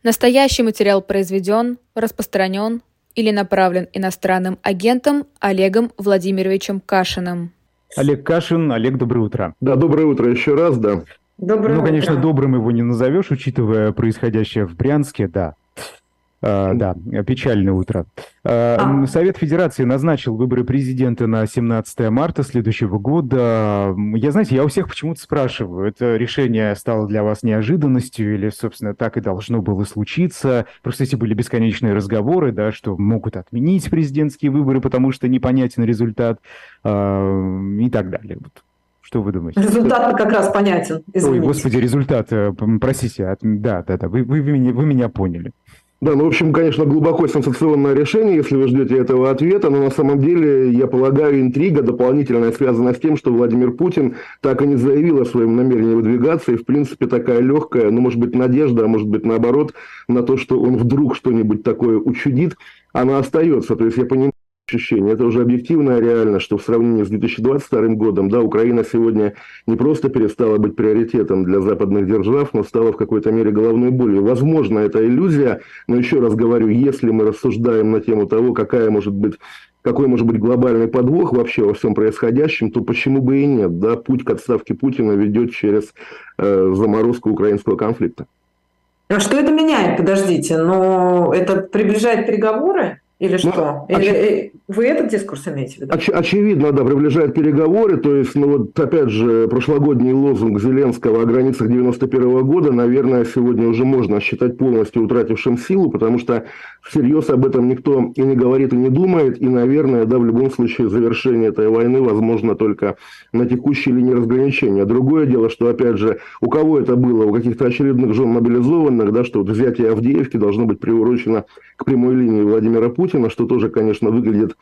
Настоящий материал произведен, распространен или направлен иностранным агентом Олегом Владимировичем Кашиным. Олег Кашин. Олег, доброе утро. Да, доброе утро еще раз, да. Доброе утро. Конечно, добрым его не назовешь, учитывая происходящее в Брянске, да. Да, печальное утро. Совет Федерации назначил выборы президента на 17 марта следующего года. Я у всех почему-то спрашиваю, это решение стало для вас неожиданностью или, собственно, так и должно было случиться? Просто эти были бесконечные разговоры, да, что могут отменить президентские выборы, потому что непонятен результат и так далее. Что вы думаете? Результат как раз понятен. Извините. Ой, господи, результат, простите, да, вы меня поняли. Да, в общем, конечно, глубоко сенсационное решение, если вы ждете этого ответа, но на самом деле, я полагаю, интрига дополнительная связана с тем, что Владимир Путин так и не заявил о своем намерении выдвигаться, и, в принципе, такая легкая, может быть, надежда, а может быть, наоборот, на то, что он вдруг что-нибудь такое учудит, она остается. То есть я понимаю ощущение. Это уже объективная реальность, что в сравнении с 2022 годом, да, Украина сегодня не просто перестала быть приоритетом для западных держав, но стала в какой-то мере головной болью. Возможно, это иллюзия, но еще раз говорю, если мы рассуждаем на тему того, какой может быть глобальный подвох вообще во всем происходящем, то почему бы и нет, да, путь к отставке Путина ведет через заморозку украинского конфликта. А что это меняет? Подождите, но это приближает переговоры? Или что? Вы этот дискурс имеете в виду? Очевидно, да, приближает переговоры. То есть, опять же, прошлогодний лозунг Зеленского о границах 91 года, наверное, сегодня уже можно считать полностью утратившим силу, потому что всерьез об этом никто и не говорит, и не думает. И, наверное, да, в любом случае завершение этой войны возможно только на текущей линии разграничения. Другое дело, что, опять же, у кого это было? У каких-то очередных жен мобилизованных, да, что взятие Авдеевки должно быть приурочено к прямой линии Владимира Путина, что тоже, конечно, выглядит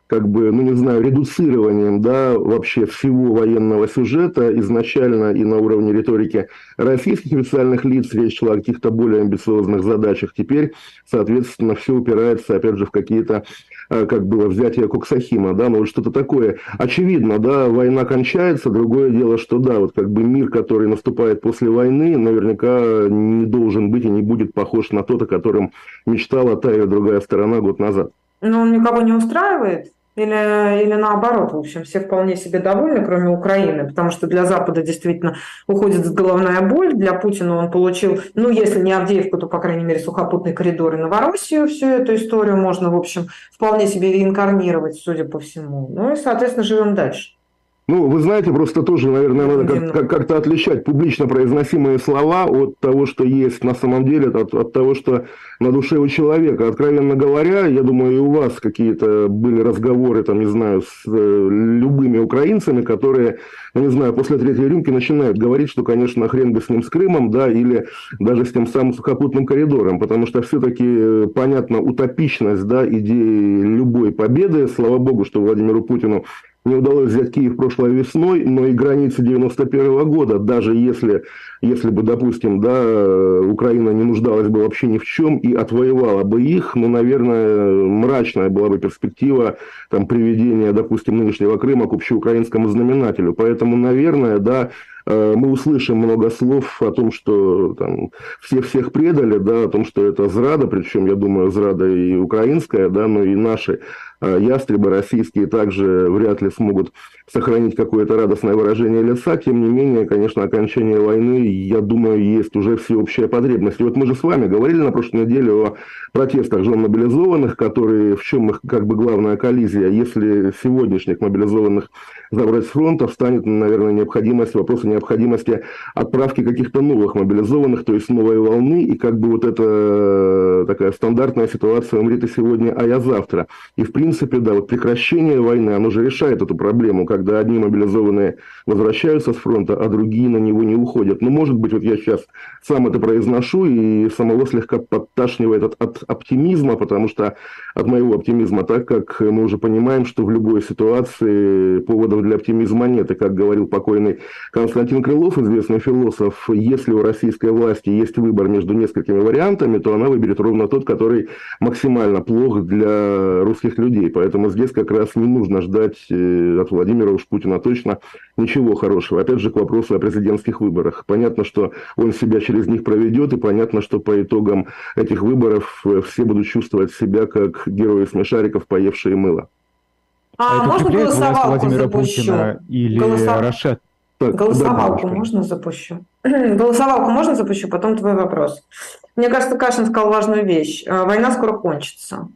редуцированием, да, вообще всего военного сюжета изначально и на уровне риторики российских официальных лиц речь шла о каких-то более амбициозных задачах. Теперь, соответственно, все упирается, опять же, в какие-то, как было взятие Коксахима, да, что-то такое. Очевидно, да, война кончается, другое дело, что, да, мир, который наступает после войны, наверняка не должен быть и не будет похож на тот, о котором мечтала та или другая сторона год назад. Но он никого не устраивает? Или наоборот, в общем, все вполне себе довольны, кроме Украины, потому что для Запада действительно уходит головная боль, для Путина он получил, если не Авдеевку, то, по крайней мере, сухопутный коридор и Новороссию, всю эту историю можно, в общем, вполне себе реинкарнировать, судя по всему. И, соответственно, живем дальше. Вы знаете, просто тоже, наверное, надо как-то отличать публично произносимые слова от того, что есть на самом деле, от того, что на душе у человека. Откровенно говоря, я думаю, и у вас какие-то были разговоры, с любыми украинцами, которые, после третьей рюмки начинают говорить, что, конечно, хрен бы с ним, с Крымом, да, или даже с тем самым сухопутным коридором, потому что все-таки понятна утопичность, да, идеи любой победы. Слава богу, что Владимиру Путину не удалось взять Киев прошлой весной, но и границы 91 года, даже если бы, допустим, да, Украина не нуждалась бы вообще ни в чем и отвоевала бы их, наверное, мрачная была бы перспектива приведения, допустим, нынешнего Крыма к общеукраинскому знаменателю. Поэтому, наверное, да, мы услышим много слов о том, что все всех предали, да, о том, что это зрада, причем, я думаю, зрада и украинская, да, но и наши ястребы российские также вряд ли смогут сохранить какое-то радостное выражение лица. Тем не менее, конечно, окончание войны, я думаю, есть уже всеобщая потребность. И мы же с вами говорили на прошлой неделе о протестах жен мобилизованных, которые, в чем их главная коллизия. Если сегодняшних мобилизованных забрать с фронта, встанет, наверное, вопрос о необходимости отправки каких-то новых мобилизованных, то есть новой волны, и эта такая стандартная ситуация умрет и сегодня, а я завтра. И в принципе, да, прекращение войны, оно же решает эту проблему, когда одни мобилизованные возвращаются с фронта, а другие на него не уходят. Может быть, я сейчас сам это произношу, и самого слегка подташнивает от оптимизма, потому что от моего оптимизма, так как мы уже понимаем, что в любой ситуации поводов для оптимизма нет. И как говорил покойный Константин Константин Крылов, известный философ, если у российской власти есть выбор между несколькими вариантами, то она выберет ровно тот, который максимально плох для русских людей. Поэтому здесь как раз не нужно ждать от Владимира уж Путина точно ничего хорошего. Опять же, к вопросу о президентских выборах. Понятно, что он себя через них проведет, и понятно, что по итогам этих выборов все будут чувствовать себя как герои смешариков, поевшие мыло. Можно голосовалку запущу? Или Рашид? Голосовалку можно запущу? Голосовалку можно запущу, потом твой вопрос. Мне кажется, Кашин сказал важную вещь. Война скоро кончится.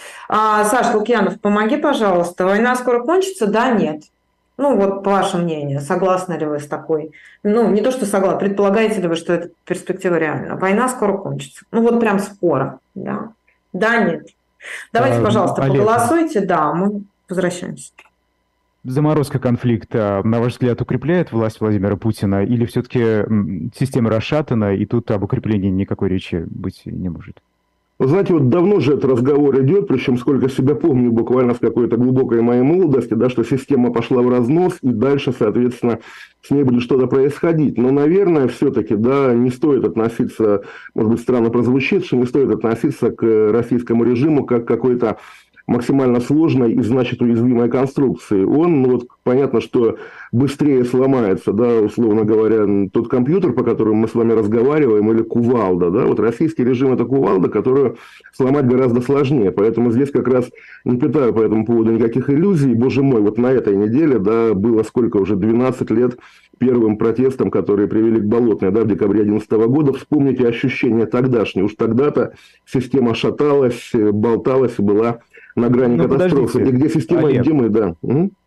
Саш Лукьянов, помоги, пожалуйста. Война скоро кончится? Да, нет. Ну, вот по вашему мнению, согласны ли вы с такой? Ну, не то, что согласны, предполагаете ли вы, что эта перспектива реальна? Война скоро кончится. Ну, вот прям скоро. Да, да, нет. Давайте, пожалуйста, Олег, поголосуйте. Да, мы возвращаемся. Заморозка конфликта, на ваш взгляд, укрепляет власть Владимира Путина или все-таки система расшатана, и тут об укреплении никакой речи быть не может? Вы знаете, вот давно же этот разговор идет, причем сколько себя помню, буквально с какой-то глубокой моей молодости, да, что система пошла в разнос, и дальше, соответственно, с ней будет что-то происходить. Но, наверное, все-таки, да, не стоит относиться, может быть, странно прозвучит, что не стоит относиться к российскому режиму как к какой-то максимально сложной и, значит, уязвимой конструкции. Он, ну, вот, понятно, что быстрее сломается, да, условно говоря, тот компьютер, по которому мы с вами разговариваем, или кувалда, да, вот российский режим – это кувалда, которую сломать гораздо сложнее, поэтому здесь как раз не питаю по этому поводу никаких иллюзий. Боже мой, вот на этой неделе, да, было сколько уже, 12 лет первым протестам, которые привели к Болотной, да, в декабре 2011 года. Вспомните ощущения тогдашние, уж тогда-то система шаталась, болталась и была на грани катастрофы. И где система, Олег, и где мы, да.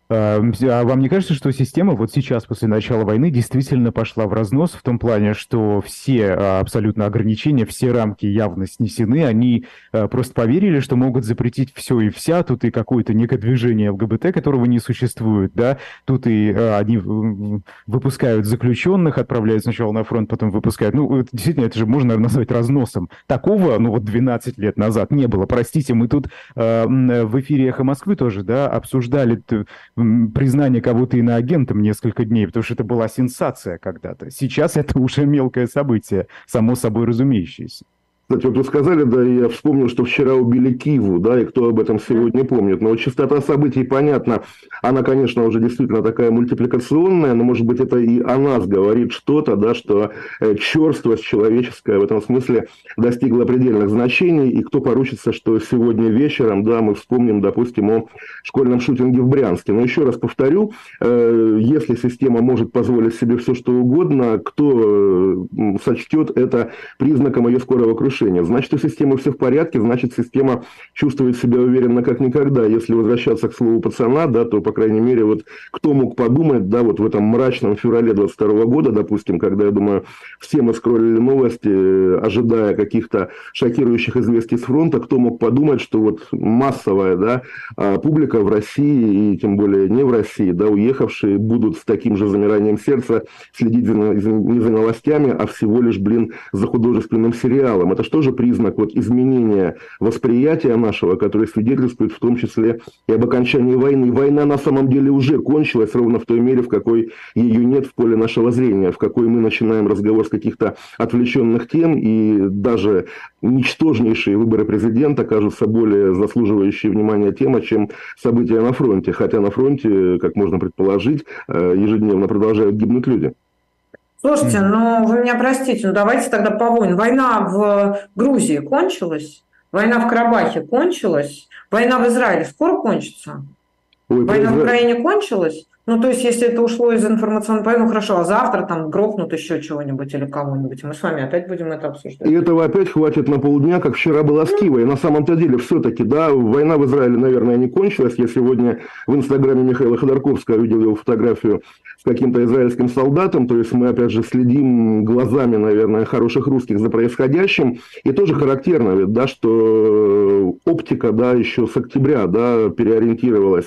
А вам не кажется, что система вот сейчас, после начала войны, действительно пошла в разнос в том плане, что все абсолютно ограничения, все рамки явно снесены, они просто поверили, что могут запретить все и вся, тут и какое-то некое движение ЛГБТ, которого не существует, да, тут и они выпускают заключенных, отправляют сначала на фронт, потом выпускают, ну, действительно, это же можно, наверное, назвать разносом. Такого, ну, вот 12 лет назад не было. Простите, мы тут в эфире «Эхо Москвы» тоже, да, обсуждали признание кого-то иноагентом несколько дней, потому что это была сенсация когда-то. Сейчас это уже мелкое событие, само собой разумеющееся. Кстати, вот вы сказали, да, и я вспомнил, что вчера убили Киву, да, и кто об этом сегодня помнит. Но вот частота событий, понятно, она, конечно, уже действительно такая мультипликационная, но, может быть, это и о нас говорит что-то, да, что черствость человеческая в этом смысле достигла предельных значений, и кто поручится, что сегодня вечером, да, мы вспомним, допустим, о школьном шутинге в Брянске. Но еще раз повторю, если система может позволить себе все, что угодно, кто сочтет это признаком ее скорого крушения? Значит, у системы все в порядке, значит, система чувствует себя уверенно как никогда. Если возвращаться к слову пацана, да, то, по крайней мере, вот кто мог подумать, да, вот в этом мрачном феврале 22 года, допустим, когда, я думаю, все мы скроллили новости, ожидая каких-то шокирующих известий с фронта, кто мог подумать, что вот массовая, да, публика в России, и тем более не в России, да, уехавшие будут с таким же замиранием сердца следить не за новостями, а всего лишь, за художественным сериалом. Это же тоже признак вот изменения восприятия нашего, которое свидетельствует в том числе и об окончании войны. Война на самом деле уже кончилась ровно в той мере, в какой ее нет в поле нашего зрения, в какой мы начинаем разговор с каких-то отвлеченных тем, и даже ничтожнейшие выборы президента кажутся более заслуживающей внимания тема, чем события на фронте. Хотя на фронте, как можно предположить, ежедневно продолжают гибнуть люди. Слушайте, ну вы меня простите, ну давайте тогда по войне. Война в Грузии кончилась, война в Карабахе кончилась, война в Израиле скоро кончится. Война в Украине кончилась. Ну, то есть, если это ушло из информационной повестки, ну, хорошо, а завтра там грохнут еще чего-нибудь или кого-нибудь, мы с вами опять будем это обсуждать. И этого опять хватит на полдня, как вчера было с Кивой. На самом-то деле, все-таки, да, война в Израиле, наверное, не кончилась. Я сегодня в инстаграме Михаила Ходорковского видел его фотографию с каким-то израильским солдатом, то есть мы, опять же, следим глазами, наверное, хороших русских за происходящим. И тоже характерно, да, что оптика, да, еще с октября, да, переориентировалась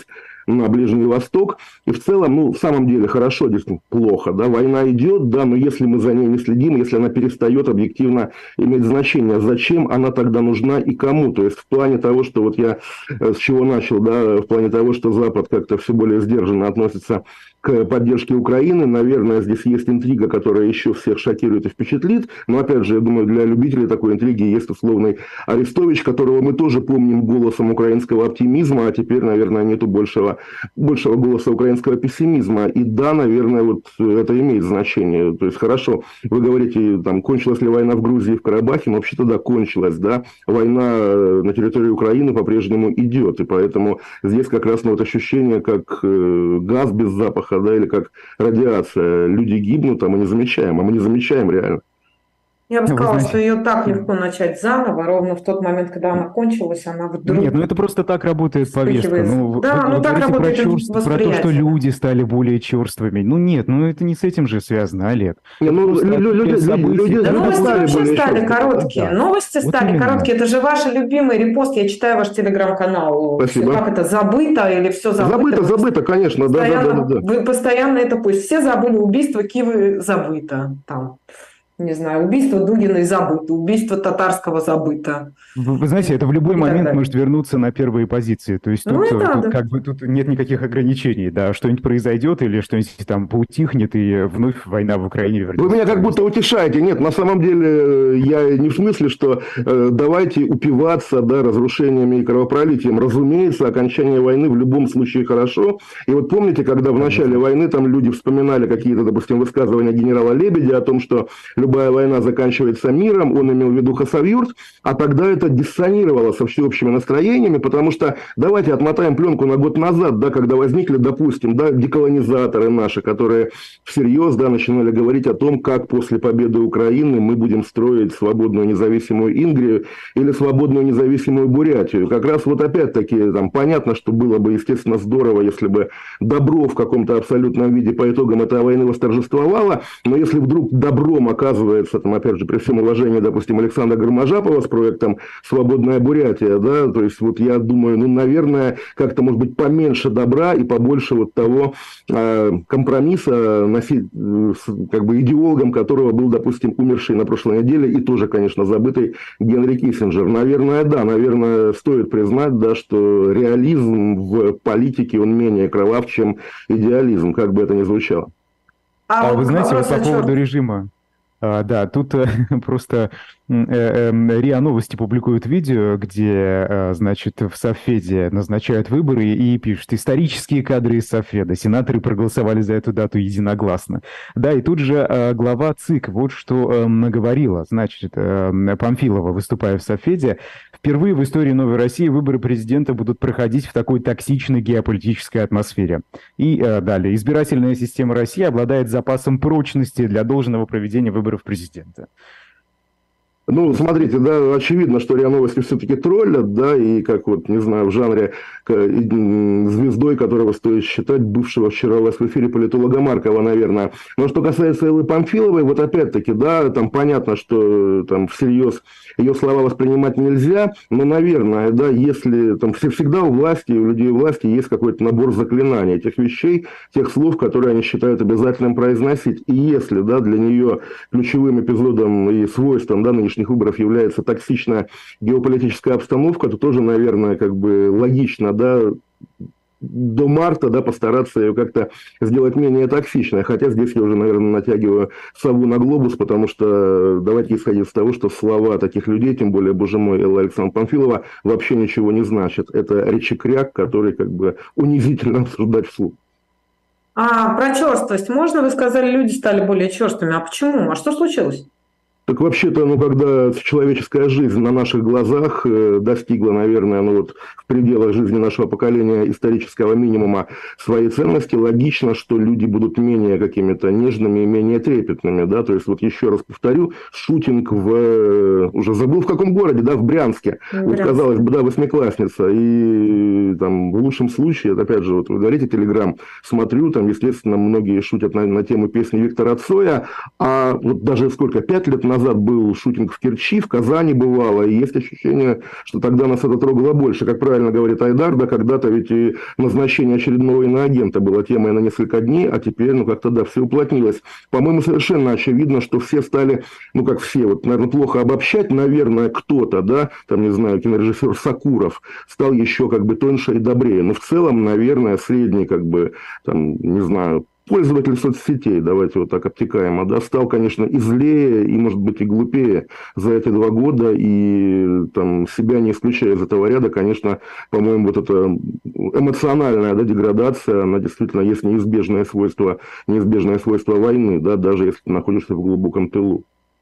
на Ближний Восток. И в целом, ну, в самом деле, хорошо, здесь плохо, да, война идет, да, но если мы за ней не следим, если она перестает объективно иметь значение, зачем она тогда нужна и кому? То есть в плане того, что вот я с чего начал, да, в плане того, что Запад как-то все более сдержанно относится к поддержке Украины, наверное, здесь есть интрига, которая еще всех шокирует и впечатлит, но, опять же, я думаю, для любителей такой интриги есть условный Арестович, которого мы тоже помним голосом украинского оптимизма, а теперь, наверное, нету большего голоса украинского пессимизма. И да, наверное, вот это имеет значение. То есть, хорошо, вы говорите, там, кончилась ли война в Грузии и в Карабахе, но вообще-то да, кончилась, да, война на территории Украины по-прежнему идет, и поэтому здесь как раз вот ощущение, как газ без запаха, да, или как радиация. Люди гибнут, а мы не замечаем реально. Я бы сказала, что ее так легко начать заново, ровно в тот момент, когда она кончилась, она вдруг... Нет, ну это просто так работает повестка. Ну, да, вы так работает про то, что люди стали более черствыми. Ну нет, ну это не с этим же связано, Олег. Новости вообще стали короткие. Новости стали короткие. Это же ваш любимый репост. Я читаю ваш телеграм-канал. Спасибо. Как это, забыто или все забыто? Забыто, конечно. Вы постоянно это пусть. Все забыли убийство Кивы, забыто. Там. Не знаю, убийство Дугиной забыто, убийство Татарского забыто. Вы знаете, это в любой момент может вернуться на первые позиции. То есть тут нет никаких ограничений. Да, что-нибудь произойдет или что-нибудь там поутихнет, и вновь война в Украине вернется. Вы меня как будто утешаете. Нет, на самом деле я не в смысле, что давайте упиваться, да, разрушениями и кровопролитием. Разумеется, окончание войны в любом случае хорошо. И вот помните, когда в начале войны там люди вспоминали какие-то, допустим, высказывания генерала Лебедя о том, что любая война заканчивается миром, он имел в виду Хасавюрт, а тогда это диссонировало со всеобщими настроениями, потому что давайте отмотаем пленку на год назад, да, когда возникли, допустим, да, деколонизаторы наши, которые всерьез, да, начинали говорить о том, как после победы Украины мы будем строить свободную независимую Ингрию или свободную независимую Бурятию. Как раз вот опять-таки там понятно, что было бы, естественно, здорово, если бы добро в каком-то абсолютном виде по итогам этой войны восторжествовало, но если вдруг добром оказывается, там, опять же, при всем уважении, допустим, Александра Гармажапова с проектом «Свободная Бурятия», да, то есть вот я думаю, ну, наверное, как-то, может быть, поменьше добра и побольше вот того компромисса, как бы идеологом которого был, допустим, умерший на прошлой неделе и тоже, конечно, забытый Генри Киссинджер. Наверное, да, наверное, стоит признать, да, что реализм в политике, он менее кровав, чем идеализм, как бы это ни звучало. Вы знаете, вот по поводу режима. Да, тут просто РИА Новости публикуют видео, где, значит, в Совфеде назначают выборы и пишут «Исторические кадры из Совфеда. Сенаторы проголосовали за эту дату единогласно». Да, и тут же глава ЦИК вот что наговорила. Значит, Памфилова, выступая в Совфеде, впервые в истории Новой России выборы президента будут проходить в такой токсичной геополитической атмосфере. И далее. Избирательная система России обладает запасом прочности для должного проведения выборов президента. Ну, смотрите, да, очевидно, что РИА Новости все-таки троллят, да, и как вот, не знаю, в жанре звездой, которого стоит считать, бывшего вчера у вас в эфире политолога Маркова, наверное. Но что касается Эллы Памфиловой, вот опять-таки, да, там понятно, что там всерьез ее слова воспринимать нельзя, но, наверное, да, если там всегда у власти, у людей у власти есть какой-то набор заклинаний, тех вещей, тех слов, которые они считают обязательным произносить. И если, да, для нее ключевым эпизодом и свойством, да, нынешних выборов является токсичная геополитическая обстановка, то тоже, наверное, как бы логично, да, до марта, да, постараться ее как-то сделать менее токсичной. Хотя здесь я уже, наверное, натягиваю сову на глобус, потому что давайте исходить из того, что слова таких людей, тем более, боже мой, Элла Александровна Памфилова, вообще ничего не значат. Это речекряк, который как бы унизительно обсуждать вслух. Про черствость можно? Вы сказали, люди стали более черствыми. А почему? А что случилось? Так вообще-то, ну, когда человеческая жизнь на наших глазах достигла, наверное, ну, вот в пределах жизни нашего поколения исторического минимума своей ценности, логично, что люди будут менее какими-то нежными и менее трепетными, да, то есть, вот еще раз повторю, шутинг уже забыл в каком городе, да, в Брянске, вот, казалось бы, да, восьмиклассница, и там в лучшем случае, это, опять же, вот вы говорите, Телеграм, смотрю, там, естественно, многие шутят на тему песни Виктора Цоя, а вот даже сколько, 5 лет назад назад был шутинг в Керчи, в Казани бывало, и есть ощущение, что тогда нас это трогало больше. Как правильно говорит Айдар, да, когда-то ведь и назначение очередного иноагента было темой на несколько дней, а теперь, ну, как-то, да, все уплотнилось. По-моему, совершенно очевидно, что все стали, ну, как все, вот, наверное, плохо обобщать, наверное, кто-то, да, там, не знаю, кинорежиссер Сакуров стал еще, как бы, тоньше и добрее. Но в целом, наверное, средний, как бы, там, не знаю, пользователь соцсетей, давайте вот так обтекаемо, да, стал, конечно, и злее, и, может быть, и глупее за эти 2 года, и там, себя не исключая из этого ряда, конечно, по-моему, вот эта эмоциональная, да, деградация, она действительно есть неизбежное свойство войны, да, даже если ты находишься в глубоком тылу.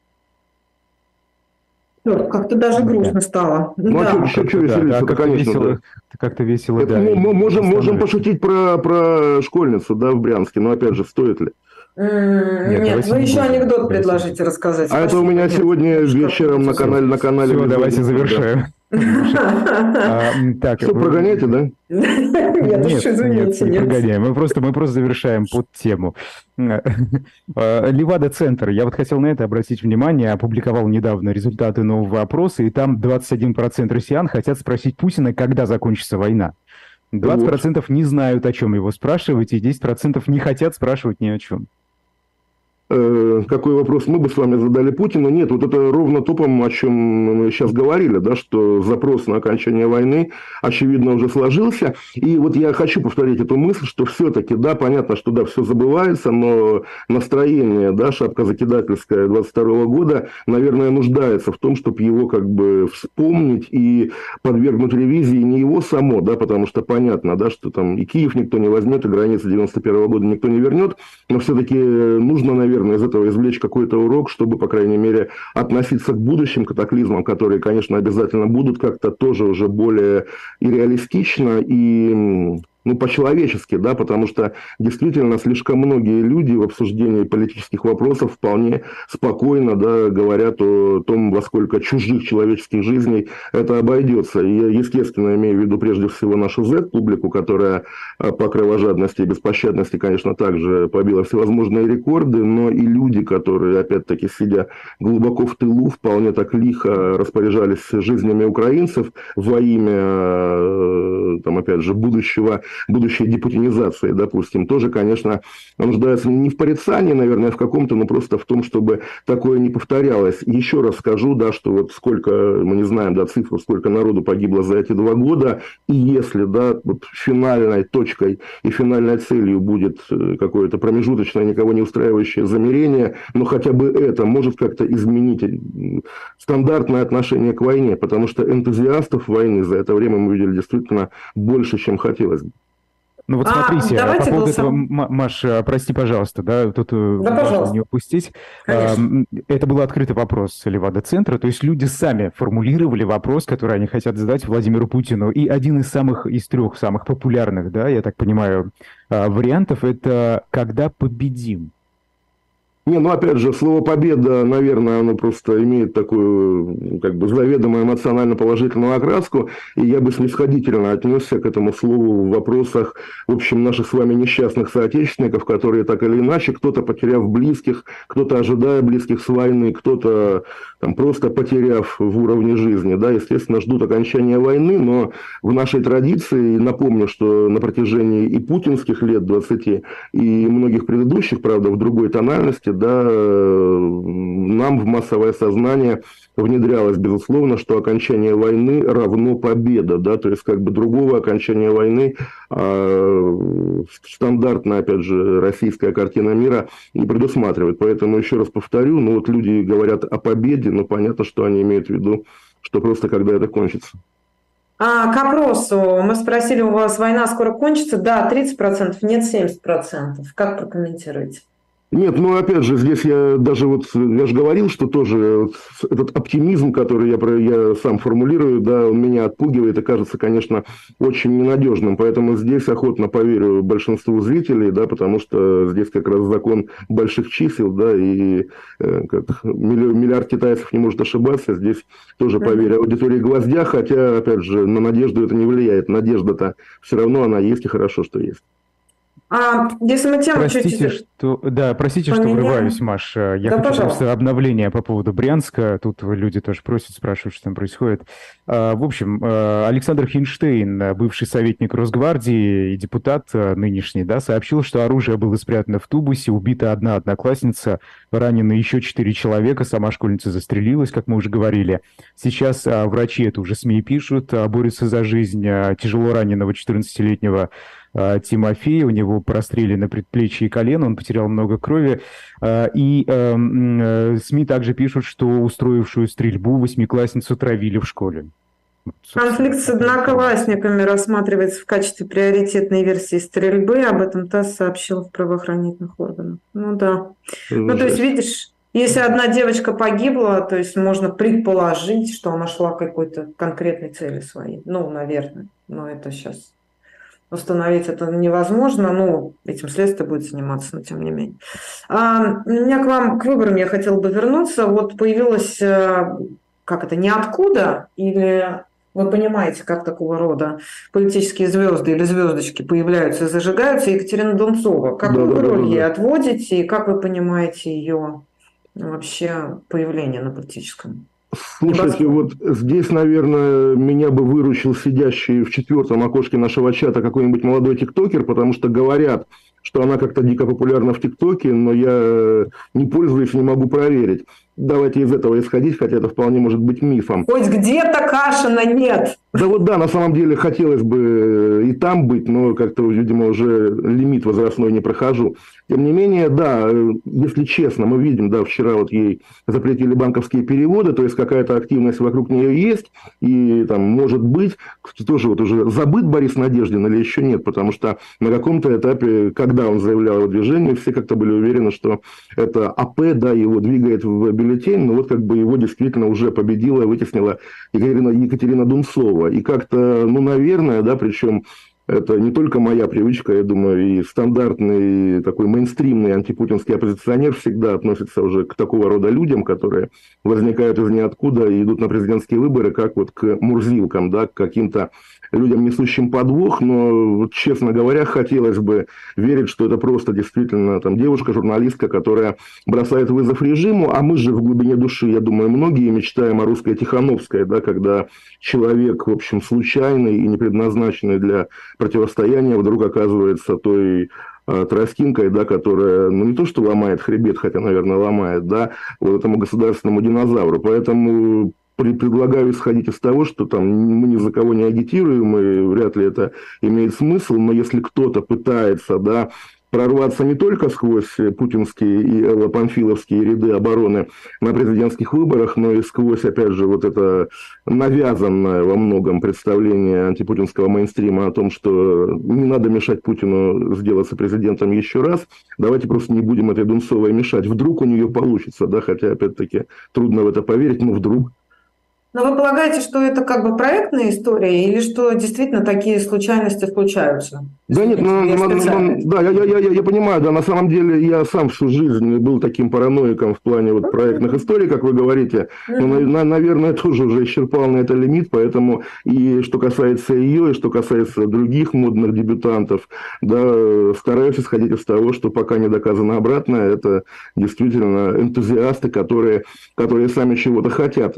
Как-то даже грустно стало. Ну, да. А что веселиться? Как-то конечно, весело, да. Как-то весело, это, да. Можем пошутить про школьницу, да, в Брянске, но, опять же, стоит ли? Нет, вы еще анекдот предложите рассказать. А это у меня сегодня вечером на канале. Все, давайте завершаем. Что, прогоняете, да? Нет, извините, не прогоняем. Мы просто завершаем под тему. Левада-центр. Я вот хотел на это обратить внимание. Опубликовал недавно результаты нового опроса, и там 21% россиян хотят спросить Путина, когда закончится война. 20% не знают, о чем его спрашивать, и 10% не хотят спрашивать ни о чем. Какой вопрос мы бы с вами задали Путину? Нет, вот это ровно топом, о чем мы сейчас говорили, да, что запрос на окончание войны, очевидно, уже сложился. И вот я хочу повторить эту мысль, что все-таки, да, понятно, что, да, все забывается, но настроение, да, шапкозакидательское 22 года, наверное, нуждается в том, чтобы его как бы вспомнить и подвергнуть ревизии не его само, да, потому что понятно, да, что там и Киев никто не возьмет, и границы 91 года никто не вернет, но все-таки нужно, наверное, из этого извлечь какой-то урок, чтобы, по крайней мере, относиться к будущим катаклизмам, которые, конечно, обязательно будут, как-то тоже уже более и реалистично, и, ну, по-человечески, да, потому что действительно слишком многие люди в обсуждении политических вопросов вполне спокойно, да, говорят о том, во сколько чужих человеческих жизней это обойдется. И я, естественно, имею в виду прежде всего нашу Z-публику, которая по кровожадности и беспощадности, конечно, также побила всевозможные рекорды, но и люди, которые, опять-таки, сидя глубоко в тылу, вполне так лихо распоряжались жизнями украинцев во имя, там, опять же, будущей депутинизации, допустим, тоже, конечно, нуждается не в порицании, наверное, а в каком-то, но просто в том, чтобы такое не повторялось. Еще раз скажу, да, что вот сколько, мы не знаем, да, цифру, сколько народу погибло за эти 2 года, и если, да, вот финальной точкой и финальной целью будет какое-то промежуточное, никого не устраивающее замерение, но хотя бы это может как-то изменить стандартное отношение к войне, потому что энтузиастов войны за это время мы видели действительно больше, чем хотелось бы. Ну вот смотрите, по поводу этого, Маш, прости, пожалуйста, да, тут важно не упустить. Конечно. Это был открытый вопрос Левада-центра, то есть люди сами формулировали вопрос, который они хотят задать Владимиру Путину, и один из 3 самых популярных, да, я так понимаю, вариантов, это «когда победим?». Не, ну опять же, слово «победа», наверное, оно просто имеет такую, как бы, заведомо эмоционально положительную окраску, и я бы снисходительно отнесся к этому слову в вопросах, в общем, наших с вами несчастных соотечественников, которые так или иначе, кто-то потеряв близких, кто-то ожидая близких с войны, кто-то там просто потеряв в уровне жизни, да, естественно, ждут окончания войны, но в нашей традиции, напомню, что на протяжении и путинских лет 20, и многих предыдущих, правда, в другой тональности, да, нам в массовое сознание внедрялось, безусловно, что окончание войны равно победа, да, то есть как бы другого окончания войны стандартная, опять же, российская картина мира не предусматривает. Поэтому еще раз повторю, ну вот люди говорят о победе, но понятно, что они имеют в виду, что просто когда это кончится. К опросу мы спросили, у вас война скоро кончится? Да, 30%, нет, 70%. Как прокомментируете? Нет, ну опять же, здесь я даже вот, я же говорил, что тоже этот оптимизм, который я сам формулирую, да, он меня отпугивает и кажется, конечно, очень ненадежным. Поэтому здесь охотно поверю большинству зрителей, да, потому что здесь как раз закон больших чисел, да, и как миллиард китайцев не может ошибаться, здесь тоже поверю аудитории Гвоздя, хотя, опять же, на надежду это не влияет. Надежда-то все равно она есть, и хорошо, что есть. Если мы тему Простите, чуть-чуть что поменяем. врываюсь, Маш. Я Да, хочу пожалуйста. просто обновления по поводу Брянска. Тут люди тоже просят, спрашивают, что там происходит. В общем, Александр Хинштейн, бывший советник Росгвардии и депутат нынешний, да, сообщил, что оружие было спрятано в тубусе, убита одна одноклассница, ранены еще 4 человека, сама школьница застрелилась, как мы уже говорили. Сейчас врачи, это уже СМИ пишут, борются за жизнь тяжело раненого 14-летнего Тимофея, у него прострелено предплечье и колено, он потерял много крови. И СМИ также пишут, что устроившую стрельбу 8-классницу травили в школе. Конфликт с одноклассниками рассматривается в качестве приоритетной версии стрельбы. Об этом ТАСС сообщил в правоохранительных органах. Ну да. Ну то есть, видишь, если одна девочка погибла, то есть можно предположить, что она шла к какой-то конкретной цели своей. Ну, наверное. Но это сейчас установить это невозможно. Ну, этим следствие будет заниматься, но тем не менее. У меня к вам, к выборам я хотела бы вернуться. Вот появилась, как это, ниоткуда или... Вы понимаете, как такого рода политические звезды или звездочки появляются и зажигаются. Екатерина Дунцова. Какую роль ей отводите и как вы понимаете ее вообще появление на политическом? Слушайте, вот здесь, наверное, меня бы выручил сидящий в 4-м окошке нашего чата какой-нибудь молодой тиктокер, потому что говорят, что она как-то дико популярна в ТикТоке, но я не пользуюсь и не могу проверить. Давайте из этого исходить, хотя это вполне может быть мифом. Хоть где-то Кашина нет. Да вот да, на самом деле хотелось бы и там быть, но как-то, видимо, уже лимит возрастной не прохожу. Тем не менее, да, если честно, мы видим, да, вчера вот ей запретили банковские переводы, то есть какая-то активность вокруг нее есть, и там, может быть, тоже вот уже забыт Борис Надеждин или еще нет, потому что на каком-то этапе, когда он заявлял о движении, все как-то были уверены, что это АП, да, его двигает в бюллетень, но вот как бы его действительно уже победила, вытеснила Екатерина Дунцова. И как-то, ну, наверное, да, причем это не только моя привычка, я думаю, и стандартный такой мейнстримный антипутинский оппозиционер всегда относится уже к такого рода людям, которые возникают из ниоткуда и идут на президентские выборы, как вот к мурзилкам, да, к каким-то людям, несущим подвох, но, вот, честно говоря, хотелось бы верить, что это просто действительно там девушка-журналистка, которая бросает вызов режиму, а мы же в глубине души, я думаю, многие мечтаем о русской Тихановской, да, когда человек, в общем, случайный и не предназначенный для противостояния вдруг оказывается той тростинкой, да, которая, ну, не то что ломает хребет, хотя, наверное, ломает, да, вот этому государственному динозавру. Поэтому предлагаю исходить из того, что там мы ни за кого не агитируем, и вряд ли это имеет смысл, но если кто-то пытается, да, прорваться не только сквозь путинские и элло-панфиловские ряды обороны на президентских выборах, но и сквозь, опять же, вот это навязанное во многом представление антипутинского мейнстрима о том, что не надо мешать Путину сделаться президентом еще раз, давайте просто не будем этой Дунцовой мешать. Вдруг у нее получится, да, хотя, опять-таки, трудно в это поверить, но вдруг. Но вы полагаете, что это как бы проектная история или что действительно такие случайности случаются? Да нет, да, я понимаю, да, на самом деле я сам всю жизнь был таким параноиком в плане вот проектных историй, как вы говорите, но, наверное, тоже уже исчерпал на это лимит, поэтому и что касается ее, и что касается других модных дебютантов, да, стараюсь исходить из того, что пока не доказано обратное, это действительно энтузиасты, которые сами чего-то хотят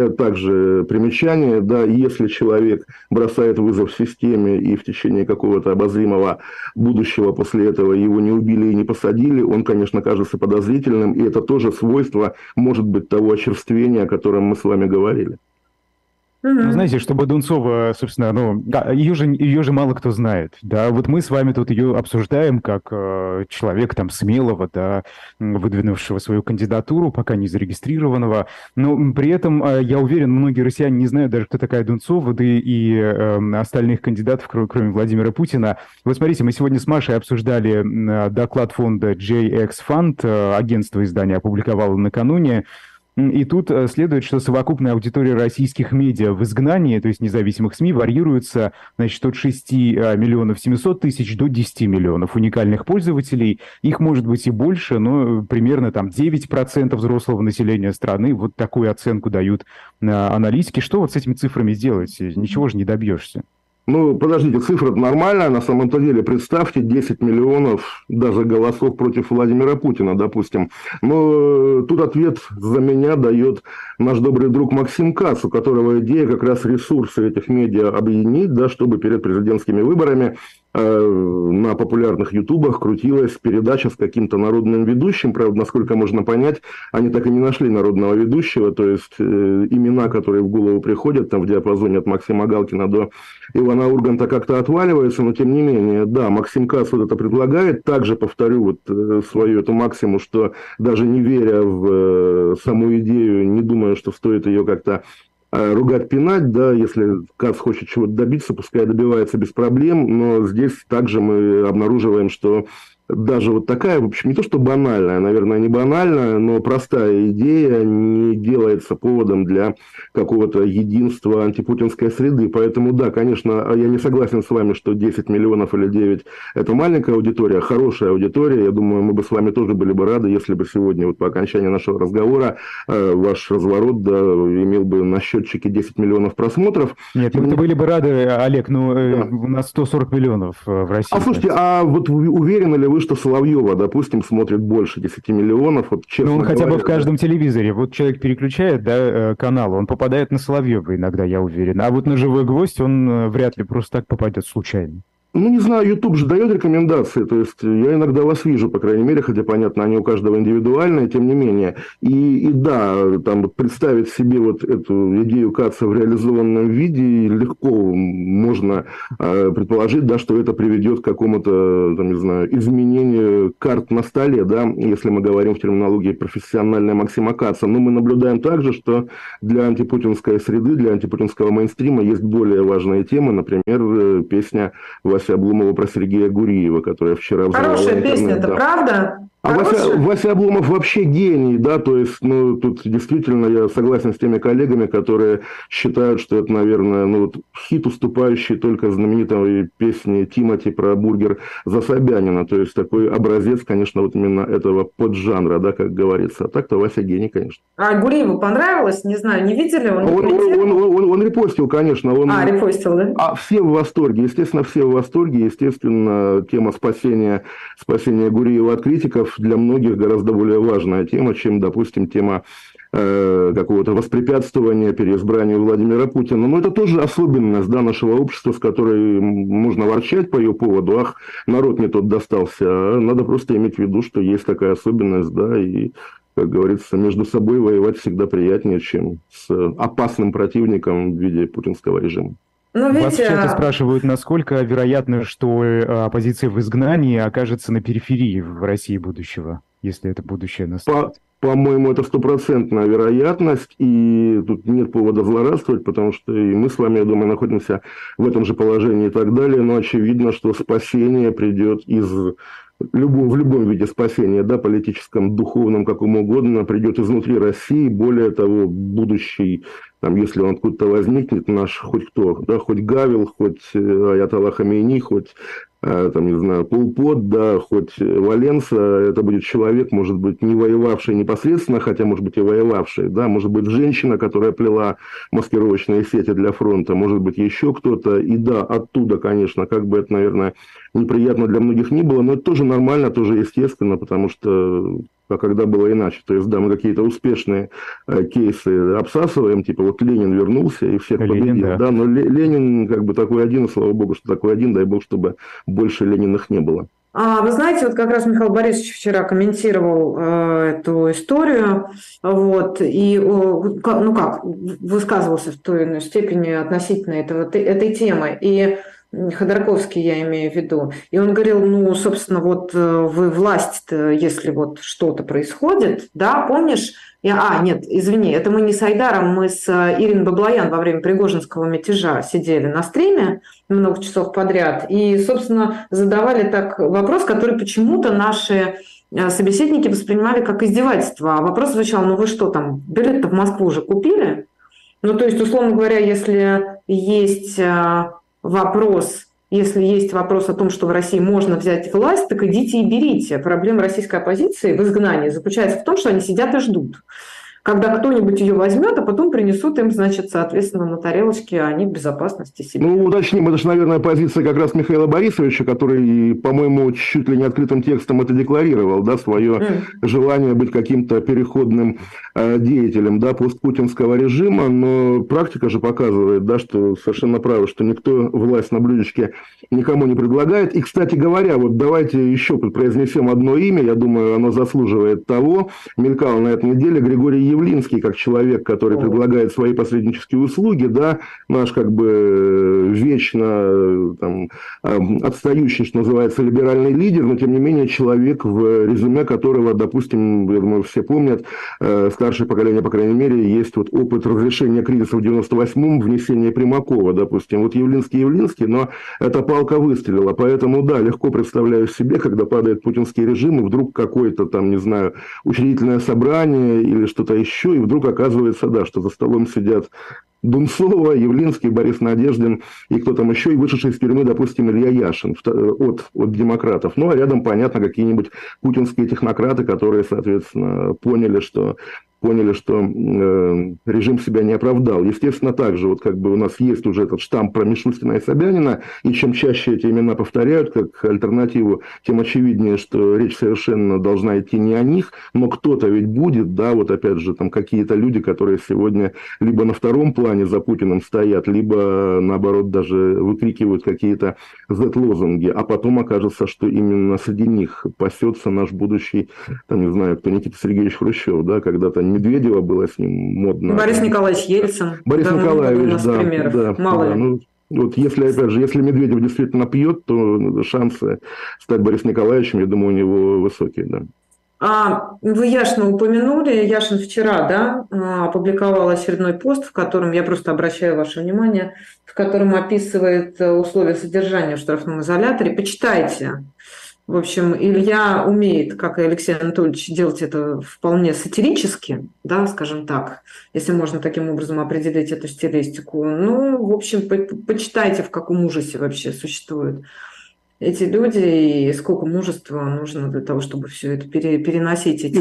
также примечание, да, если человек бросает вызов системе и в течение какого-то обозримого будущего после этого его не убили и не посадили, он, конечно, кажется подозрительным, и это тоже свойство, может быть, того очерствения, о котором мы с вами говорили. Ну, знаете, чтобы Дунцова, собственно, ее же мало кто знает, да, вот мы с вами тут ее обсуждаем как человека там смелого, да, выдвинувшего свою кандидатуру, пока не зарегистрированного, но при этом, я уверен, многие россияне не знают даже, кто такая Дунцова, да и остальных кандидатов, кроме Владимира Путина. Вот смотрите, мы сегодня с Машей обсуждали доклад фонда JX Fund, агентство издания опубликовало накануне. И тут следует, что совокупная аудитория российских медиа в изгнании, то есть независимых СМИ, варьируется, значит, от 6 миллионов 700 тысяч до 10 миллионов уникальных пользователей. Их может быть и больше, но примерно там 9% взрослого населения страны. Вот такую оценку дают аналитики. Что вот с этими цифрами сделать? Ничего же не добьешься. Ну, подождите, цифра нормальная, на самом-то деле, представьте, 10 миллионов даже голосов против Владимира Путина, допустим. Но тут ответ за меня дает наш добрый друг Максим Кац, у которого идея как раз ресурсы этих медиа объединить, да, чтобы перед президентскими выборами на популярных ютубах крутилась передача с каким-то народным ведущим. Правда, насколько можно понять, они так и не нашли народного ведущего, то есть имена, которые в голову приходят, там в диапазоне от Максима Галкина до Ивана Урганта как-то отваливаются, но тем не менее, да, Максим Кац вот это предлагает. Также повторю вот свою эту максиму, что даже не веря в саму идею, не думаю, что стоит ее как-то ругать, пинать, да, если Кац хочет чего-то добиться, пускай добивается без проблем, но здесь также мы обнаруживаем, что даже вот такая, в общем, не то что банальная, наверное, не банальная, но простая идея не делается поводом для какого-то единства антипутинской среды. Поэтому, да, конечно, я не согласен с вами, что 10 миллионов или 9 – это маленькая аудитория, хорошая аудитория. Я думаю, мы бы с вами тоже были бы рады, если бы сегодня, вот по окончании нашего разговора, ваш разворот, да, имел бы на счетчике 10 миллионов просмотров. Нет, мы были бы рады, Олег, но да. У нас 140 миллионов в России. А слушайте, а вот уверены ли вы, что Соловьева, допустим, смотрит больше 10 миллионов? Вот, честно он говоря, хотя бы в каждом телевизоре. Вот человек переключает, да, канал, он попадает на Соловьева иногда, я уверен. А вот на «Живой гвоздь» он вряд ли просто так попадет случайно. Ну, не знаю, YouTube же дает рекомендации, то есть я иногда вас вижу, по крайней мере, хотя, понятно, они у каждого индивидуальные, тем не менее. И да, там представить себе вот эту идею Каца в реализованном виде легко можно предположить, да, что это приведет к какому-то, там, не знаю, изменению карт на столе, да, если мы говорим в терминологии профессиональной Максима Каца. Но мы наблюдаем также, что для антипутинской среды, для антипутинского мейнстрима есть более важные темы, например, песня Вася Обломова про Сергея Гуриева, которая вчера взорвала Хорошая интернет. песня, это да. правда? А Вася Обломов вообще гений, да, то есть, ну, тут действительно я согласен с теми коллегами, которые считают, что это, наверное, ну, вот хит, уступающий только знаменитой песне Тимати про бургер за Собянина, то есть такой образец, конечно, вот именно этого поджанра, да, как говорится. А так-то Вася гений, конечно. А Гуриеву понравилось? Не знаю, не видели? Он репостил, конечно. Репостил, да? А все в восторге, естественно, все в восторге, естественно, тема спасения Гуриева от критиков для многих гораздо более важная тема, чем, допустим, тема какого-то воспрепятствования переизбранию Владимира Путина. Но это тоже особенность, да, нашего общества, с которой можно ворчать по ее поводу. Ах, народ не тот достался. А надо просто иметь в виду, что есть такая особенность, да, и, как говорится, между собой воевать всегда приятнее, чем с опасным противником в виде путинского режима. Но ведь... Вас в чате спрашивают, насколько вероятно, что оппозиция в изгнании окажется на периферии в России будущего, если это будущее наступит. По-моему, это стопроцентная вероятность, и тут нет повода злорадствовать, потому что и мы с вами, я думаю, находимся в этом же положении и так далее, но очевидно, что спасение придет в любом виде спасения, да, политическом, духовном, каком угодно, придет изнутри России. Более того, будущий, там, если он откуда-то возникнет, наш хоть кто, да, хоть Гавел, хоть Аятолла Хамейни, хоть там, не знаю, Пол Пот, да, хоть Валенса, это будет человек, может быть, не воевавший непосредственно, хотя, может быть, и воевавший, да, может быть, женщина, которая плела маскировочные сети для фронта, может быть, еще кто-то, и да, оттуда, конечно, как бы это, наверное, неприятно для многих не было, но это тоже нормально, тоже естественно, потому что когда было иначе. То есть, да, мы какие-то успешные кейсы обсасываем, типа вот Ленин вернулся и всех победил, да, но Ленин как бы такой один, и слава богу, что такой один, дай бог, чтобы больше Лениных не было. Вы знаете, вот как раз Михаил Борисович вчера комментировал эту историю, вот, и, ну как, высказывался в той или иной степени относительно этой темы, и Ходорковский, я имею в виду. И он говорил, ну, собственно, вот вы власть-то, если вот что-то происходит, да, помнишь? Нет, извини, это мы не с Айдаром, мы с Ириной Баблоян во время Пригожинского мятежа сидели на стриме много часов подряд и, собственно, задавали так вопрос, который почему-то наши собеседники воспринимали как издевательство. А вопрос звучал, ну вы что там, билет-то в Москву уже купили? Ну, то есть, условно говоря, если есть вопрос о том, что в России можно взять власть, так идите и берите. Проблема российской оппозиции в изгнании заключается в том, что они сидят и ждут. когда кто-нибудь ее возьмет, а потом принесут им, значит, соответственно, на тарелочке, а они в безопасности себе. Ну, уточним, это же, наверное, позиция как раз Михаила Борисовича, который, по-моему, чуть ли не открытым текстом это декларировал, да, свое желание быть каким-то переходным деятелем, да, постпутинского режима, но практика же показывает, да, что совершенно правы, что никто власть на блюдечке никому не предлагает. И, кстати говоря, вот давайте еще произнесем одно имя, я думаю, оно заслуживает того, мелькало на этой неделе Григорий Явлинский, как человек, который предлагает свои посреднические услуги, да, наш как бы вечно там, отстающий, что называется, либеральный лидер, но тем не менее человек, в резюме которого, допустим, я думаю, все помнят, старшее поколение, по крайней мере, есть вот опыт разрешения кризиса в 98-м, внесения Примакова, допустим. Вот Явлинский, но эта палка выстрелила, поэтому, да, легко представляю себе, когда падает путинский режим, и вдруг какое-то там, не знаю, учредительное собрание или что-то еще, и вдруг оказывается, да, что за столом сидят Дунцова, Явлинский, Борис Надеждин и кто там еще, и вышедший из тюрьмы, допустим, Илья Яшин от демократов. Ну, а рядом, понятно, какие-нибудь путинские технократы, которые, соответственно, поняли, что режим себя не оправдал. Естественно, также вот как бы у нас есть уже этот штамп про Мишустина и Собянина, и чем чаще эти имена повторяют как альтернативу, тем очевиднее, что речь совершенно должна идти не о них, но кто-то ведь будет, да, вот опять же, там какие-то люди, которые сегодня либо на втором плане за Путиным стоят, либо, наоборот, даже выкрикивают какие-то Z-лозунги, а потом окажется, что именно среди них пасется наш будущий, там, не знаю, кто, Никита Сергеевич Хрущев, да, когда-то Медведева было с ним модно. Борис Николаевич Ельцин. Борис Николаевич, да. Мало ли. Ну, вот если, опять же, если Медведев действительно пьет, то шансы стать Борисом Николаевичем, я думаю, у него высокие, да. Вы Яшина упомянули. Яшин вчера, да, опубликовал очередной пост, в котором, я просто обращаю ваше внимание, в котором описывает условия содержания в штрафном изоляторе. Почитайте. В общем, Илья умеет, как и Алексей Анатольевич, делать это вполне сатирически, да, скажем так, если можно таким образом определить эту стилистику. Ну, в общем, почитайте, в каком ужасе вообще существуют эти люди, и сколько мужества нужно для того, чтобы все это переносить. Эти и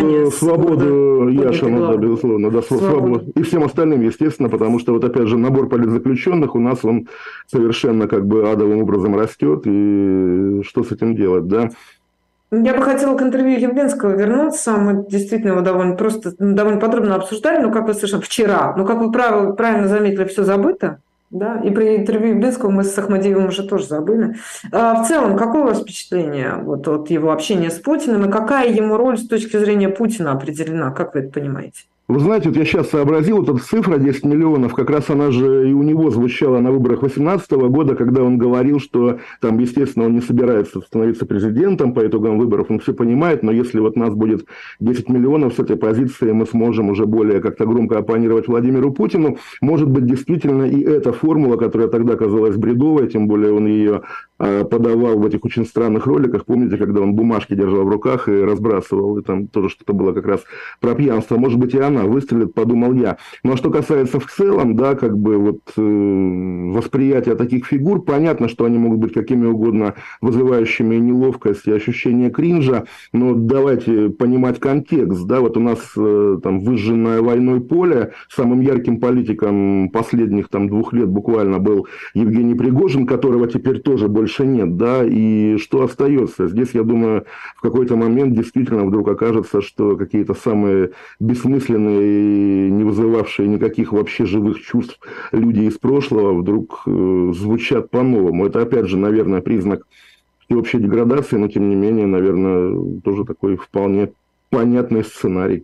свободу Яшину, да, безусловно, да, свободу. И всем остальным, естественно, потому что, вот опять же, набор политзаключенных у нас, он совершенно как бы адовым образом растет, и что с этим делать, да? Я бы хотела к интервью Явлинского вернуться. Мы действительно его довольно подробно обсуждали, но, как вы совершенно вчера, но, как вы правильно заметили, все забыто. Да, и при интервью Явлинского мы с Ахмадиевым уже тоже забыли. В целом, какое у вас впечатление вот от его общения с Путиным, и какая ему роль с точки зрения Путина определена? Как вы это понимаете? Вы знаете, вот я сейчас сообразил, вот эта цифра 10 миллионов, как раз она же и у него звучала на выборах 2018 года, когда он говорил, что там, естественно, он не собирается становиться президентом по итогам выборов, он все понимает, но если вот нас будет 10 миллионов с этой позиции, мы сможем уже более как-то громко оппонировать Владимиру Путину. Может быть, действительно, и эта формула, которая тогда казалась бредовой, тем более он ее подавал в этих очень странных роликах, помните, когда он бумажки держал в руках и разбрасывал, и там тоже что-то было как раз про пьянство, может быть, и она выстрелит, подумал я. Ну, а что касается в целом, да, как бы вот восприятия таких фигур, понятно, что они могут быть какими угодно вызывающими неловкость и ощущение кринжа, но давайте понимать контекст, да, вот у нас там выжженное войной поле, самым ярким политиком последних там 2 лет буквально был Евгений Пригожин, которого теперь тоже больше нет, да, и что остается? Здесь, я думаю, в какой-то момент действительно вдруг окажется, что какие-то самые бессмысленные, не вызывавшие никаких вообще живых чувств люди из прошлого вдруг звучат по-новому. Это, опять же, наверное, признак всеобщей деградации, но, тем не менее, наверное, тоже такой вполне понятный сценарий.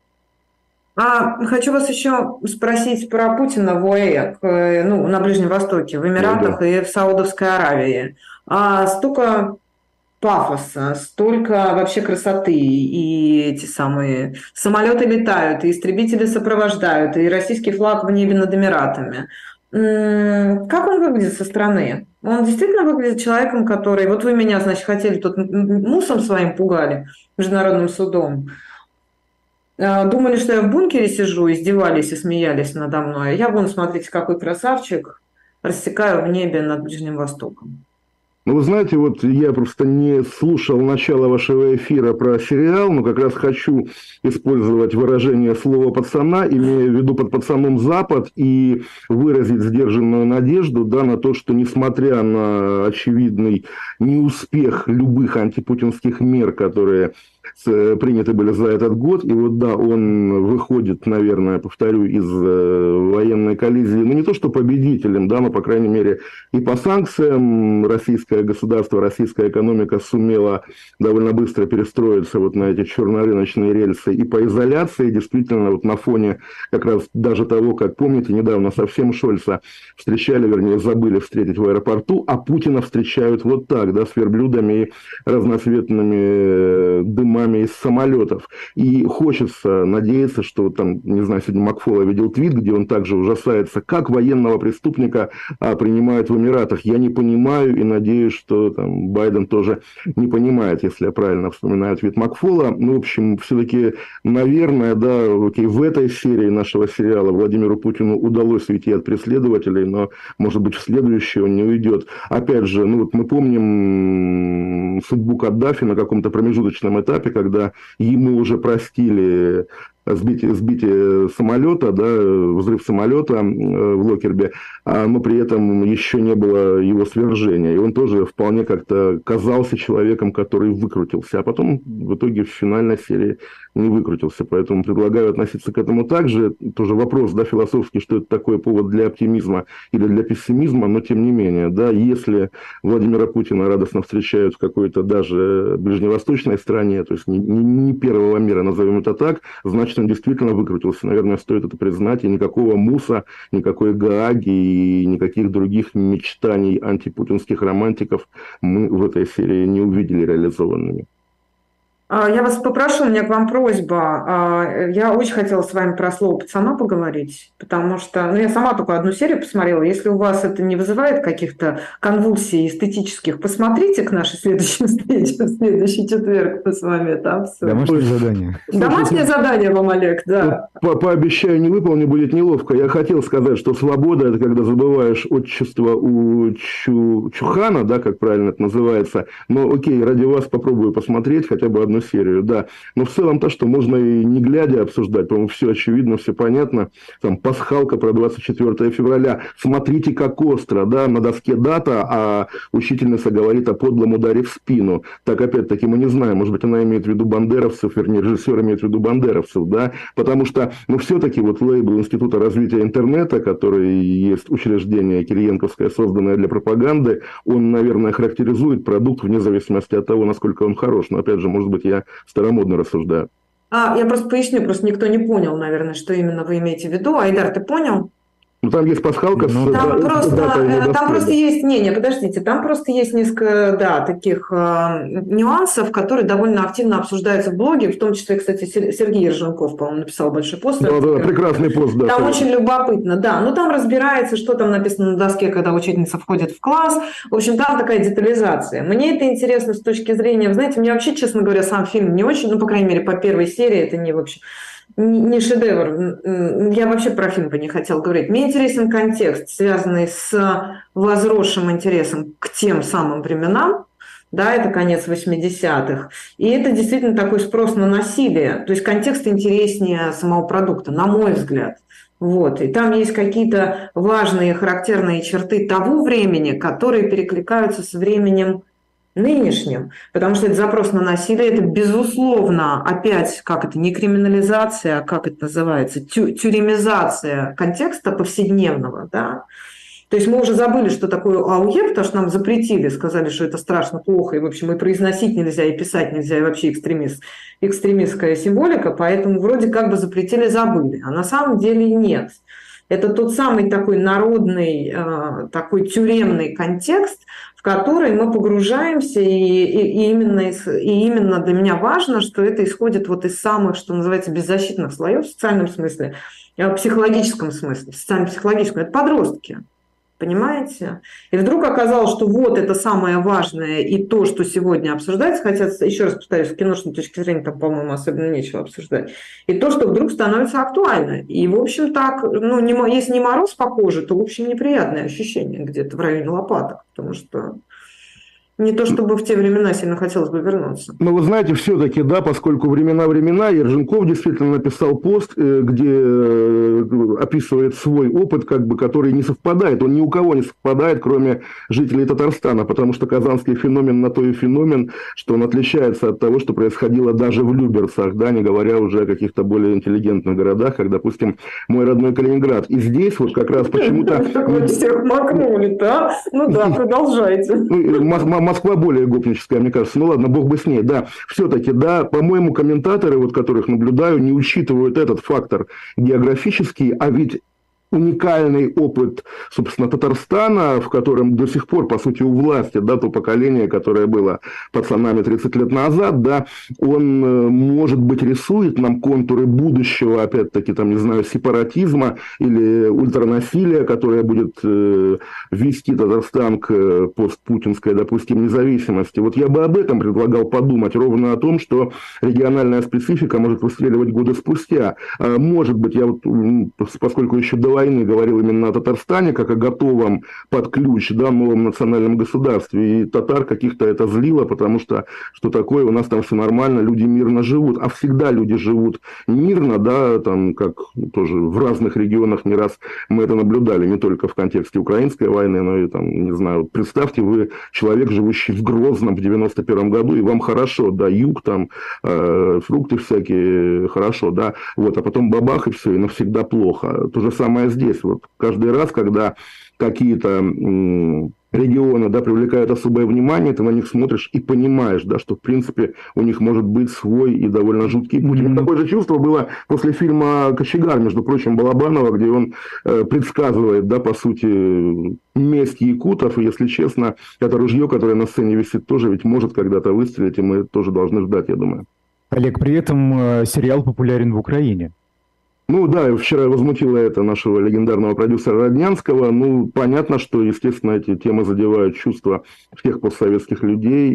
Хочу вас еще спросить про Путина в ОАЭ, на Ближнем Востоке, в Эмиратах и в Саудовской Аравии. Столько пафоса, столько вообще красоты, и эти самые самолеты летают, и истребители сопровождают, и российский флаг в небе над Эмиратами. Как он выглядит со стороны? Он действительно выглядит человеком, который... Вот вы меня, значит, хотели тут мусом своим пугали, международным судом. Думали, что я в бункере сижу, издевались и смеялись надо мной. Я вон, смотрите, какой красавчик, рассекаю в небе над Ближним Востоком. Ну, вы знаете, вот я просто не слушал начало вашего эфира про сериал, но как раз хочу использовать выражение слова «пацана», имея в виду под «пацаном» Запад, и выразить сдержанную надежду, да, на то, что несмотря на очевидный неуспех любых антипутинских мер, которые приняты были за этот год, и вот да, он выходит, наверное, повторю, из военной коллизии, ну не то что победителем, да, но, по крайней мере, и по санкциям российское государство, российская экономика сумела довольно быстро перестроиться вот на эти чернорыночные рельсы, и по изоляции, действительно, вот на фоне как раз даже того, как помните, недавно совсем Шольца встречали, вернее, забыли встретить в аэропорту, а Путина встречают вот так, да, с верблюдами и разноцветными дымами из самолетов. И хочется надеяться, что там, не знаю, сегодня Макфола видел твит, где он также ужасается, как военного преступника принимают в Эмиратах. Я не понимаю и надеюсь, что там Байден тоже не понимает, если я правильно вспоминаю твит Макфола. Ну, в общем, все-таки, наверное, да, окей, в этой серии нашего сериала Владимиру Путину удалось уйти от преследователей, но, может быть, в следующей он не уйдет. Опять же, ну вот мы помним судьбу Каддафи на каком-то промежуточном этапе, когда ему уже простили сбитие самолета, да, взрыв самолета в Локербе, но при этом еще не было его свержения. И он тоже вполне как-то казался человеком, который выкрутился, а потом в итоге в финальной серии не выкрутился. Поэтому предлагаю относиться к этому также. Тоже вопрос, да, философский, что это такой повод для оптимизма или для пессимизма, но тем не менее, да, если Владимира Путина радостно встречают в какой-то даже ближневосточной стране, то есть не первого мира, назовем это так, значит, он действительно выкрутился. Наверное, стоит это признать. И никакого муса, никакой Гааги и никаких других мечтаний антипутинских романтиков мы в этой серии не увидели реализованными. Я вас попрошу, у меня к вам просьба. Я очень хотела с вами про слово «пацана» поговорить, потому что я сама только одну серию посмотрела. Если у вас это не вызывает каких-то конвульсий эстетических, посмотрите к нашей следующей встрече в следующий четверг мы с вами там все. Домашнее задание. Домашнее задание вам, Олег, да. Пообещаю, не выполню, будет неловко. Я хотел сказать, что свобода – это когда забываешь отчество у Чухана, да, как правильно это называется. Но окей, ради вас попробую посмотреть хотя бы одну серию, да. Но в целом то, что можно и не глядя обсуждать, по-моему, все очевидно, все понятно. Там пасхалка про 24 февраля. Смотрите, как остро, да, на доске дата, а учительница говорит о подлом ударе в спину. Так, опять-таки, мы не знаем, может быть, она имеет в виду бандеровцев, вернее, режиссер имеет в виду бандеровцев, да, потому что, все-таки вот лейбл Института развития интернета, который есть учреждение кириенковское, созданное для пропаганды, он, наверное, характеризует продукт вне зависимости от того, насколько он хорош. Но, опять же, может быть, я старомодно рассуждаю. Я просто поясню, просто никто не понял, наверное, что именно вы имеете в виду. Айдар, ты понял? Там есть пасхалка. Там просто есть, подождите, там просто есть несколько, да, таких нюансов, которые довольно активно обсуждаются в блоге, в том числе, кстати, Сергей Ерженков, по-моему, написал большой пост. Да, прекрасный пост, да. Там очень любопытно, да. Ну, там разбирается, что там написано на доске, когда учительница входит в класс. В общем, там такая детализация. Мне это интересно с точки зрения, вы знаете, мне вообще, честно говоря, сам фильм не очень, по крайней мере, по первой серии, это не шедевр. Я вообще про фильм бы не хотела говорить. Мне интересен контекст, связанный с возросшим интересом к тем самым временам. Да, это конец 80-х. И это действительно такой спрос на насилие. То есть контекст интереснее самого продукта, на мой взгляд. Вот. И там есть какие-то важные характерные черты того времени, которые перекликаются с временем нынешним, потому что это запрос на насилие, это, безусловно, опять, не криминализация, а как это называется, тюремизация контекста повседневного, да. То есть мы уже забыли, что такое АУЕ, потому что нам запретили, сказали, что это страшно плохо, и, в общем, и произносить нельзя, и писать нельзя, и вообще экстремистская символика, поэтому вроде как бы запретили, забыли, а на самом деле нет. Это тот самый такой народный, такой тюремный контекст, в который мы погружаемся, и именно для меня важно, что это исходит вот из самых, что называется, беззащитных слоев в социальном смысле, в психологическом смысле, в социально-психологическом. Это подростки. Понимаете? И вдруг оказалось, что вот это самое важное и то, что сегодня обсуждается, хотя, еще раз повторюсь, с киношной точки зрения там, по-моему, особенно нечего обсуждать, и то, что вдруг становится актуально. И, в общем, так, если не мороз по коже, то, в общем, неприятное ощущение где-то в районе лопаток, потому что Не то чтобы в те времена сильно хотелось бы вернуться. Но вы знаете, все-таки, да, поскольку времена, Ерженков действительно написал пост, где описывает свой опыт, как бы, который не совпадает, он ни у кого не совпадает, кроме жителей Татарстана, потому что казанский феномен на то и феномен, что он отличается от того, что происходило даже в Люберцах, да, не говоря уже о каких-то более интеллигентных городах, как, допустим, мой родной Калининград. И здесь вот как раз почему-то... Так вы всех макнули, да? Ну да, продолжайте. Москва более гопническая, мне кажется. Ну ладно, бог бы с ней, да. Все-таки, да, по-моему, комментаторы, вот которых наблюдаю, не учитывают этот фактор географический, а ведь уникальный опыт, собственно, Татарстана, в котором до сих пор, по сути, у власти, да, то поколение, которое было пацанами 30 лет назад, да, он, может быть, рисует нам контуры будущего, опять-таки, там, не знаю, сепаратизма или ультранасилия, которое будет вести Татарстан к постпутинской, допустим, независимости. Вот я бы об этом предлагал подумать, ровно о том, что региональная специфика может выстреливать годы спустя. Может быть, я вот, поскольку еще до войны говорил именно о Татарстане, как о готовом под ключ, да, новом национальном государстве. И татар каких-то это злило, потому что такое, у нас там все нормально, люди мирно живут. А всегда люди живут мирно, да, там, как тоже в разных регионах не раз мы это наблюдали, не только в контексте украинской войны, но и там, не знаю, представьте, вы человек, живущий в Грозном в 91 году, и вам хорошо, да, юг там, фрукты всякие, хорошо, да, вот, а потом бабах и все, и навсегда плохо. То же самое здесь. Вот каждый раз, когда какие-то регионы, да, привлекают особое внимание, ты на них смотришь и понимаешь, да, что в принципе у них может быть свой и довольно жуткий путь. Mm-hmm. Такое же чувство было после фильма «Кочегар», между прочим, Балабанова, где он предсказывает, да, по сути, месть якутов, и, если честно, это ружье, которое на сцене висит, тоже ведь может когда-то выстрелить, и мы тоже должны ждать, я думаю. Олег, при этом сериал популярен в Украине. Ну да, вчера возмутило это нашего легендарного продюсера Роднянского. Ну, понятно, что, естественно, эти темы задевают чувства всех постсоветских людей.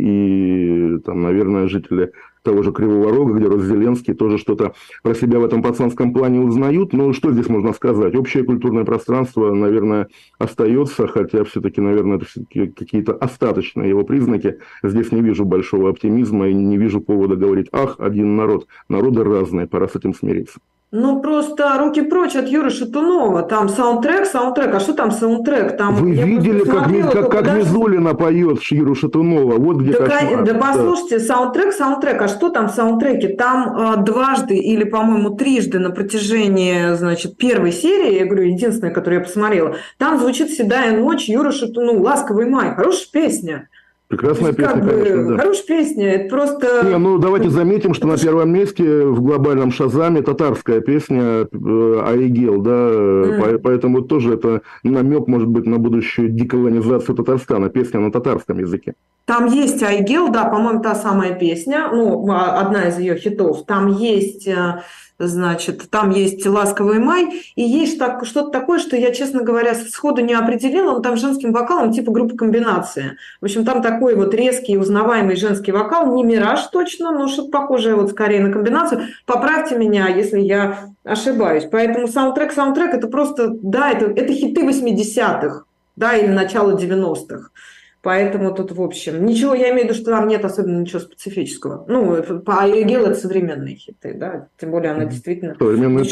И, там, наверное, жители того же Кривого Рога, где рос Зеленский, тоже что-то про себя в этом пацанском плане узнают. Но что здесь можно сказать? Общее культурное пространство, наверное, остается, хотя все-таки, наверное, это все-таки какие-то остаточные его признаки. Здесь не вижу большого оптимизма и не вижу повода говорить: ах, один народ. Народы разные, пора с этим смириться. Ну, просто руки прочь от Юры Шатунова. Там саундтрек. А что там саундтрек? Там, вы видели, как Мизулина поет Юру Шатунова? Вот где кошмар. Да послушайте, саундтрек. А что там в саундтреке? Там дважды или, по-моему, трижды на протяжении, значит, первой серии, я говорю, единственная, которую я посмотрела, там звучит «Седая ночь» Юра Шатунова, «Ласковый май». Хорошая песня. Прекрасная песня, конечно, да. Хорошая песня, это просто... Не, ну давайте заметим, что на первом месте в глобальном Шазаме татарская песня «Айгел», да, поэтому тоже это намек, может быть, на будущую деколонизацию Татарстана, песня на татарском языке. Там есть «Айгел», да, по-моему, та самая песня, ну, одна из ее хитов, там есть... Значит, там есть «Ласковый май», и есть что-то такое, что я, честно говоря, сходу не определила, но там женским вокалом типа группы «Комбинация». В общем, там такой вот резкий, узнаваемый женский вокал, не «Мираж» точно, но что-то похожее вот скорее на «Комбинацию». Поправьте меня, если я ошибаюсь. Поэтому саундтрек – это просто, да, это хиты 80-х, да, или начало 90-х. Поэтому тут, в общем, ничего, я имею в виду, что там нет особенно ничего специфического. Ну, по «Айгел» это современные хиты, да, тем более она действительно... Современные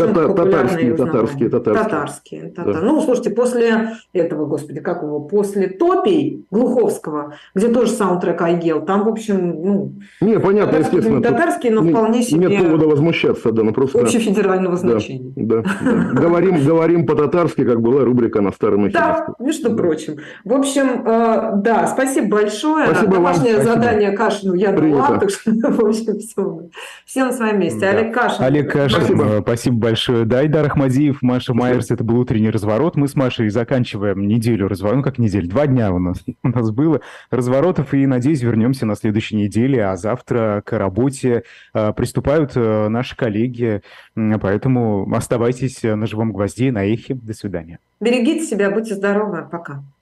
татарские. Да. Ну, слушайте, после этого, господи, как его, после «Топий» Глуховского, где тоже саундтрек «Айгел», там, в общем, ну... Не, понятно, естественно. Татарские, но вполне себе... Нет повода возмущаться, да, но просто... Общефедерального значения. Да. Говорим по-татарски, как была рубрика на Старом Эфире. Да, между прочим. В общем, да, спасибо большое. Спасибо Домашнее вам. Задание Кашину я дала, так что, в общем, все на своем месте. Да. Олег Кашин. Спасибо большое. Да, Айдар Ахмадиев, Маша Майерс, это был «Утренний разворот». Мы с Машей заканчиваем неделю разворот. Ну, как неделю? 2 дня у нас было разворотов, и, надеюсь, вернемся на следующей неделе, а завтра к работе приступают наши коллеги, поэтому оставайтесь на «Живом гвозде», на Эхе. До свидания. Берегите себя, будьте здоровы. Пока.